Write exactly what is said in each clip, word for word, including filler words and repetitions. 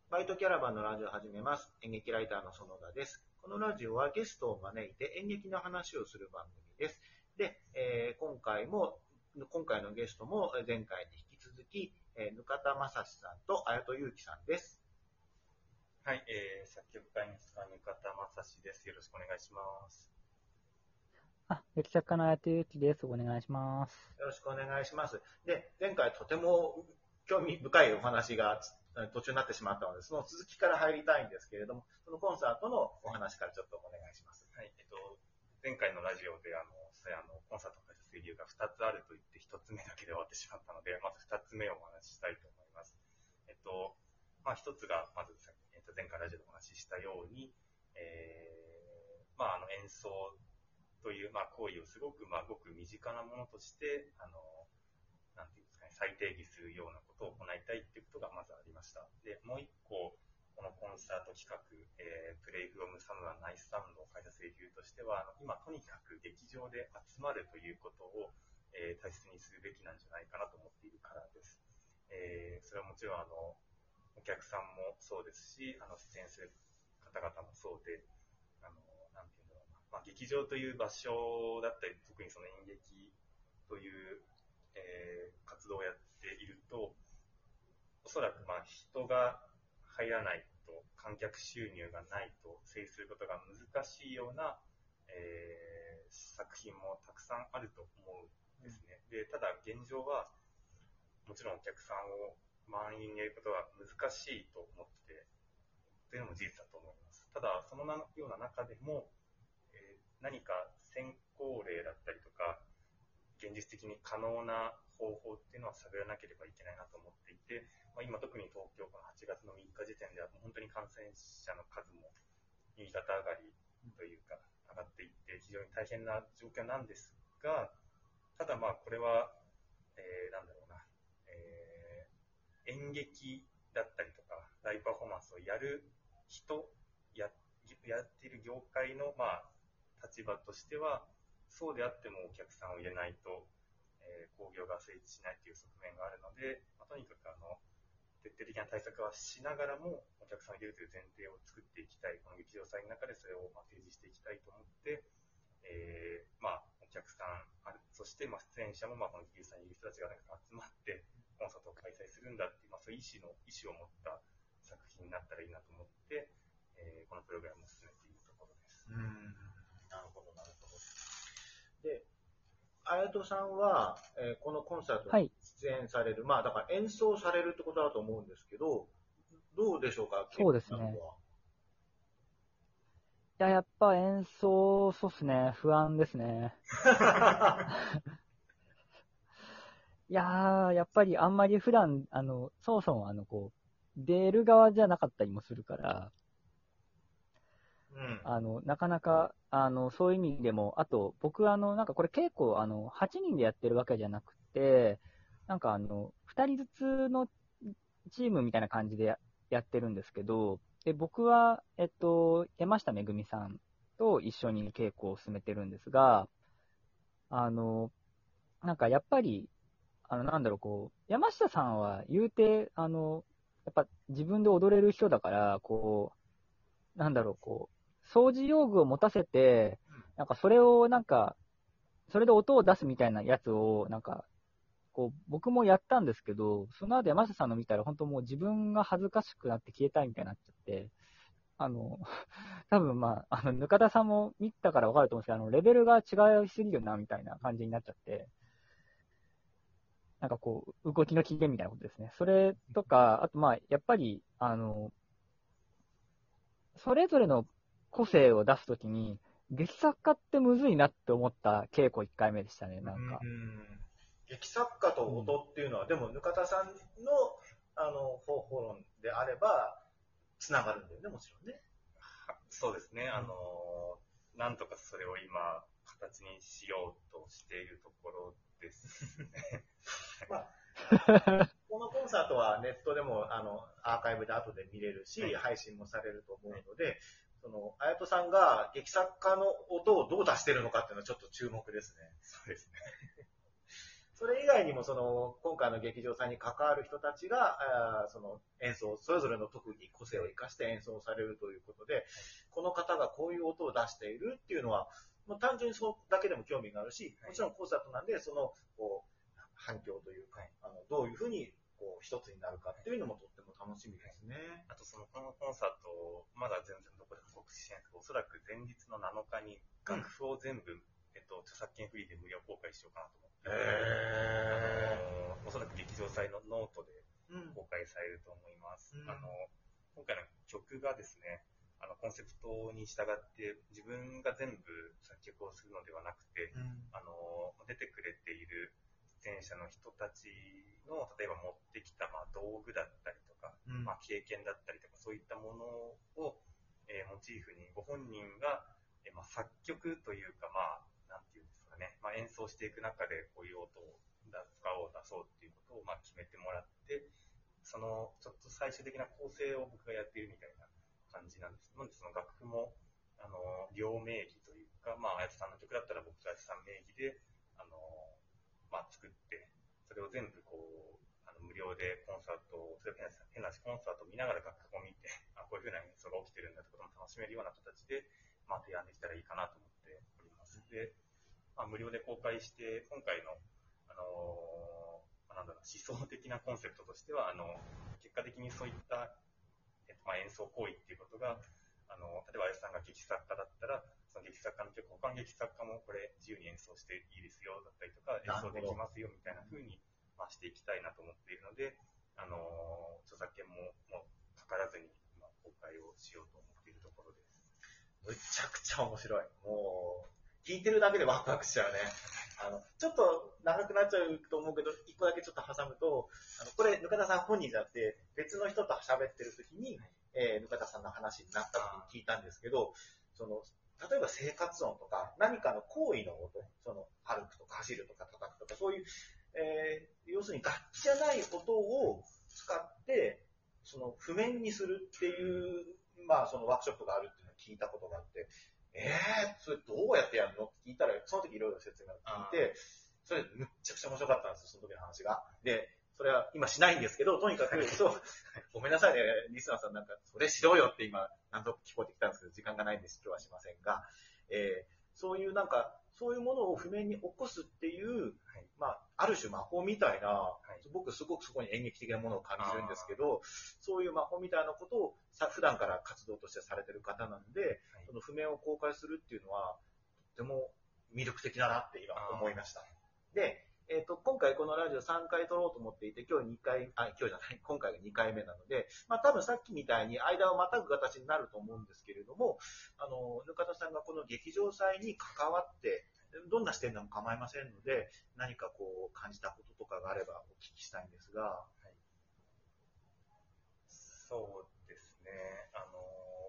バイトキャラバンのラジオを始めます。演劇ライターの園田です。このラジオはゲストを招いて演劇の話をする番組です。で、えー、今回も、今回のゲストも前回に引き続き、えー、ぬかたまさしさんとあやとゆうきさんです。 はい、えー、作曲家演出家ぬかたまさしです。よろしくお願いします。 あ、劇作家のあやとゆうきです。お願いします。 よろしくお願いします。で、前回とても興味深いお話が途中になってしまったので、その続きから入りたいんですけれども、そのコンサートのお話からちょっとお願いします。 はい、えっと、前回のラジオであの、それあのコンサートを開催する理由がふたつあると言ってひとつめだけで終わってしまったので、まずふたつめをお話ししたいと思います。えっと、まあひとつが、まず、えっと、前回ラジオでお話ししたように、えー、まああの演奏という、まあ、行為をすごく、まあ、ごく身近なものとして、あの、なんていうんですかね、再定義するようなことを行いたいっていうことがまずありました。で、もう一個、このコンサート企画、えー、プレイフロムサムはナイスサウンドを開催する理由としては、今、とにかく劇場で集まるということを、えー、大切にするべきなんじゃないかなと思っているからです。えー、それはもちろん、あの、お客さんもそうですし、あの、出演する方々もそうで、あの、なんていうんだろうな、まあ、劇場という場所だったり、特にその演劇という、えー、活動をやっていると、おそらくまあ人が入らないと、観客収入がないと、制することが難しいような、えー、作品もたくさんあると思うんですね。で、ただ現状は、もちろんお客さんを満員に入れることが難しいと思って、というのも事実だと思います。ただ、そのような中でも、えー、何か先行例だったりとか、現実的に可能な方法っていうのは探らなければいけないなと思っていて、まあ、今特に東京このはちがつのみっか時点では本当に感染者の数も右肩上がりというか上がっていって非常に大変な状況なんですが、ただまあこれは、えー、なんだろうな、えー、演劇だったりとかライブパフォーマンスをやる人、や、やっている業界のまあ立場としては、そうであってもお客さんを入れないと、えー、興行が成立しないという側面があるので、まあ、とにかくあの徹底的な対策はしながらもお客さんを入れるという前提を作っていきたい、この劇場祭の中でそれをまあ提示していきたいと思って、えー、まあお客さんある、そしてまあ出演者もまあこの劇場祭にいる人たちが集まってコンサートを開催するんだっていう、まあ、そういう意思の意思を持った作品になったらいいなと思って、えー、このプログラムを進めているところです。 うーん、なるほどなるほど。で、あやとさんは、えー、このコンサートに出演される、はい、まあだから演奏されるってことだと思うんですけど、どうでしょうか？ そうですね。いや、やっぱ演奏、そうっすね、不安ですね。いやー、やっぱりあんまり普段、あの、そもそもあの、こう、出る側じゃなかったりもするから、 うん、 あの、なかなか、あの、そういう意味でも、あと、僕、あの、なんかこれ結構、あの、はちにんでやってるわけじゃなくて、なんかあの、ふたりずつのチームみたいな感じで や, やってるんですけど、で、僕は、えっと、山下めぐみさんと一緒に稽古を進めてるんですが、あの、なんかやっぱり、あの、なんだろう、こう、山下さんは言うて、あの、やっぱ自分で踊れる人だから、こう、なんだろう、こう、掃除用具を持たせて、なんかそれをなんか、それで音を出すみたいなやつを、なんか、こう、僕もやったんですけど、その後山下さんの見たら、本当もう自分が恥ずかしくなって消えたいみたいになっちゃって、あの、多分まあ、あの、ぬかたさんも見たからわかると思うんですけど、あの、レベルが違いすぎるな、みたいな感じになっちゃって、なんかこう、動きの機嫌みたいなことですね。それとか、あとまあ、やっぱり、あの、それぞれの個性を出すときに、劇作家ってむずいなって思った稽古いっかいめでしたね、なんか。 うん、劇作家と音っていうのは、うん、でも、ぬかたさんの、あの、方法論であれば、つながるんだよね、もちろんね。 そうですね。あの、なんとかそれを今、形にしようとしているところですね。 まあ、このコンサートはネットでもあのアーカイブで後で見れるし、はい、配信もされると思うので、その、あやとさんが劇作家の音をどう出してるのかっていうのはちょっと注目ですね。 そうですね。 それ以外にも、その、今回の劇場祭に関わる人たちが、あその演奏、それぞれの特技、個性を生かして演奏されるということで、この方がこういう音を出しているっていうのは、まあ、単純にそれだけでも興味があるし、もちろんコンサートなんで、その、こう、反響というか、あのどういうふうに、こう、一つになるかっていうのもとっても楽しみですね。 あと、その、このコンサート、まだ全然どこでも告知してないんですけど、おそらく前日のなのかに楽譜を全部、うん、えっと、著作権フリーで無料公開しようかなと思って、 へあのおそらく劇場祭のノートで公開されると思います。うん、あの今回の曲がですね、あのコンセプトに従って自分が全部作曲をするのではなくて、うん、あの出てくれている出演者の人たちの例えば持ってきた、まあ、道具だったりとか、うん、まあ、経験だったりとかそういったものを、えー、モチーフにご本人が、えーまあ、作曲というか、まあなんていうんですかね、まあ、演奏していく中でこういう音を使おう出そうっていうことをまあ決めてもらって、そのちょっと最終的な構成を僕がやっているみたいな感じなんです。なのでその楽譜もあの両名義というか、まあ綾瀬さんの曲だったら僕と綾瀬さん名義であの、まあ、作って、それを全部こうあの無料でコンサートを、変な話コンサートを見ながら楽譜を見て、あこういうふうな演奏が起きてるんだってことも楽しめるような形で、まあ、提案できたらいいかなと思っております。で、まあ、無料で公開して、今回の、あのー、なんだろう、思想的なコンセプトとしては、あの、結果的にそういった、えっと、まあ、演奏行為っていうことが、あの、例えば、あやさんが劇作家だったら、その劇作家の曲、他の劇作家もこれ自由に演奏していいですよ、だったりとか、演奏できますよ、みたいな風に、まあ、していきたいなと思っているので、あのー、著作権も、もう、かからずに、まあ、公開をしようと思っているところです。 むちゃくちゃ面白い。もう、聞いてるだけでワクワクしちゃうね。あの、ちょっと長くなっちゃうと思うけど、一個だけちょっと挟むと、あのこれ、ぬかたさん本人じゃなくて、別の人と喋ってる時に、えー、ぬかたさんの話になったって聞いたんですけど、その、例えば生活音とか、何かの行為の音、その、歩くとか走るとか叩くとか、そういう、えー、要するに楽器じゃない音を使って、その、譜面にするっていう、まあ、そのワークショップがあるっていうのを聞いたことがあって、えー、それどうやってやるのって聞いたら、その時いろいろ説明を聞いて、それむっちゃくちゃ面白かったんですよ、その時の話が。で、それは今しないんですけど、とにかく、そう、ごめんなさいね、リスナーさんなんか、それしろよって今、何度か聞こえてきたんですけど、時間がないんで今日はしませんが、えー、そういうなんか、そういうものを譜面に起こすっていう、はい、まあ、ある種魔法みたいな、はい、僕すごくそこに演劇的なものを感じるんですけど、そういう魔法みたいなことをさ普段から活動としてされてる方なので、はい、その譜面を公開するっていうのは、とても魅力的だなって今思いました。で、えっと、今回このラジオさんかい撮ろうと思っていて、今日にかい、あ、今日じゃない、今回がにかいめなので、まあ多分さっきみたいに間をまたぐ形になると思うんですけれども、あの、ぬかたさんがこの劇場祭に関わって、どんな視点でも構いませんので、何かこう感じたこととかがあればお聞きしたいんですが。はい、 そうですね。あの、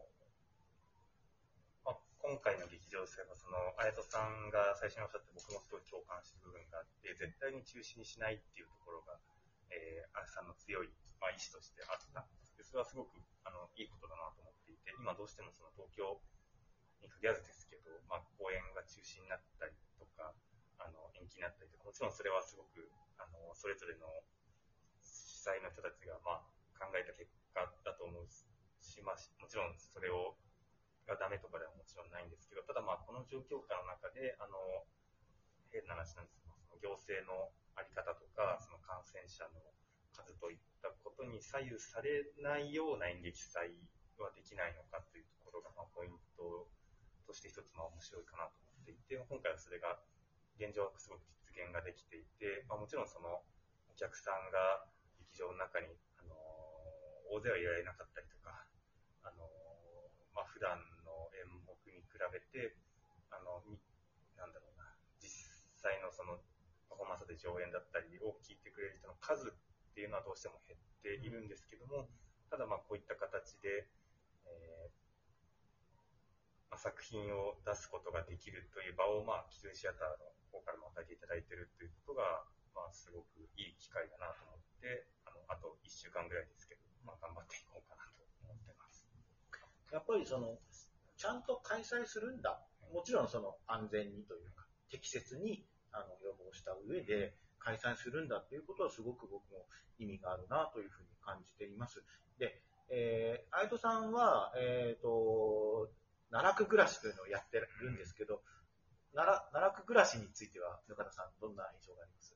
まあ、今回の劇場祭はその、綾人さんが最初におっしゃって僕もすごい共感した部分があって、絶対に中止にしないっていうところが、えー、綾人さんの強い、まあ、意志としてあったんです。それはすごくあのいいことだなと思っていて、今どうしてもその東京に限らずですけど、まあ、公演が中止になったりとか、あの延期になったりとか、もちろんそれはすごくあのそれぞれの主催の人たちが、まあ、考えた結果だと思うし、まあ、もちろんそれをがダメとかではもちろんないんですけど、ただまあこの状況下の中で、あの変な話なんですけど、その行政のあり方とか、その感染者の数といったことに左右されないような演劇祭はできないのかというところが、まあ、ポイントとして一つまあ面白いかなと思っていて、今回はそれが現状はすごく実現ができていて、まあ、もちろんそのお客さんが劇場の中に、あの大勢はいられなかったりとか、あのまあ、普段の演目に比べて、あのなんだろうな、実際のそのパフォーマンスで上演だったりを聞いてくれる人の数っていうのはどうしても減っているんですけども、ただまあこういった形で、えーまあ、作品を出すことができるという場を、まあ、基準シアターの方からも与えていただいているということが、まあ、すごくいい機会だなと思って、あのあといっしゅうかんぐらいですけど、まあ、頑張っていこうかなと思ってます。 やっぱりそのちゃんと開催するんだ。もちろんその安全にというか適切にあの予防した上で、 開催するんだっていうことはすごく僕も意味があるなというふうに感じています。で、えー、愛斗さんは、えっと、奈落暮らしというのをやってるんですけど、奈良奈落暮らしについては、中田さん、どんな印象があります？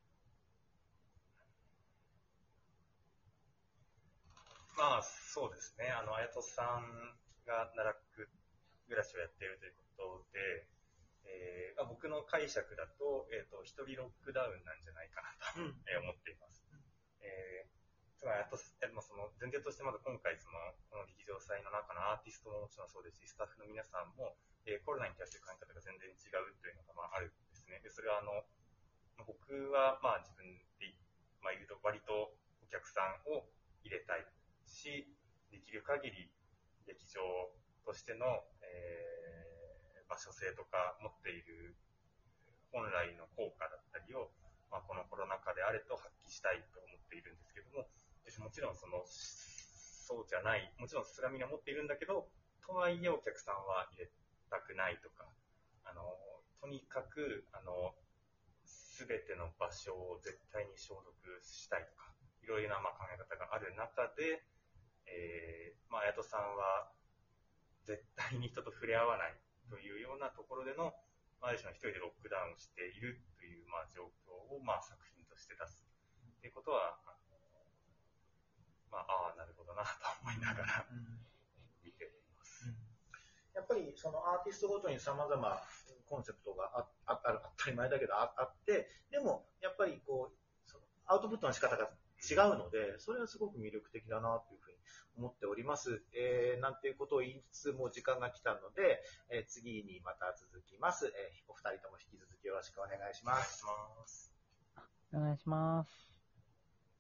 まあ、そうですね。あの、あやとさんが奈落暮らしをやっているということで、えーまあ、僕の解釈だと、えっと、一人ロックダウンなんじゃないかなと、うんえー思っています。えー、つまり、あと、えまあ、その前提としてまず今回、その、この劇場祭の中のアーティストももちろんそうですし、スタッフの皆さんも、えー、コロナに対する考え方が全然違うというのが、まあ、あるんですね。で、それは、あの、僕は、まあ、自分で、まあ、言うと、割とお客さんを入れたいし、できる限り劇場としての、えー、場所性とか持っている本来の効果だったりを、まあ、このコロナ禍であれと発揮したいと思っているんですけども、もちろんその、そうじゃない、もちろんそれはみんな持っているんだけど、とはいえお客さんは入れたくないとか、あの、とにかく、あの、すべての場所を絶対に消毒したいとか、いろいろなまあ考え方がある中で、えー、まあ、あやとさんは、絶対に人と触れ合わないというようなところでの、まあ、ある種の一人でロックダウンしているという、まあ、状況を、まあ、作品として出すということは、あのまあ、ああ、なるほどなと思いながら見ています。うんうん、 やっぱりそのアーティストごとに様々コンセプトが あ, あ, ある当たり前だけど あ, あって、でもやっぱりこうそのアウトプットの仕方が違うので、それはすごく魅力的だなというふうに思っております。えー、なんていうことを言いつつもう時間が来たので、えー、次にまた続きます。えー、お二人とも引き続きよろしくお願いします。 お願いします。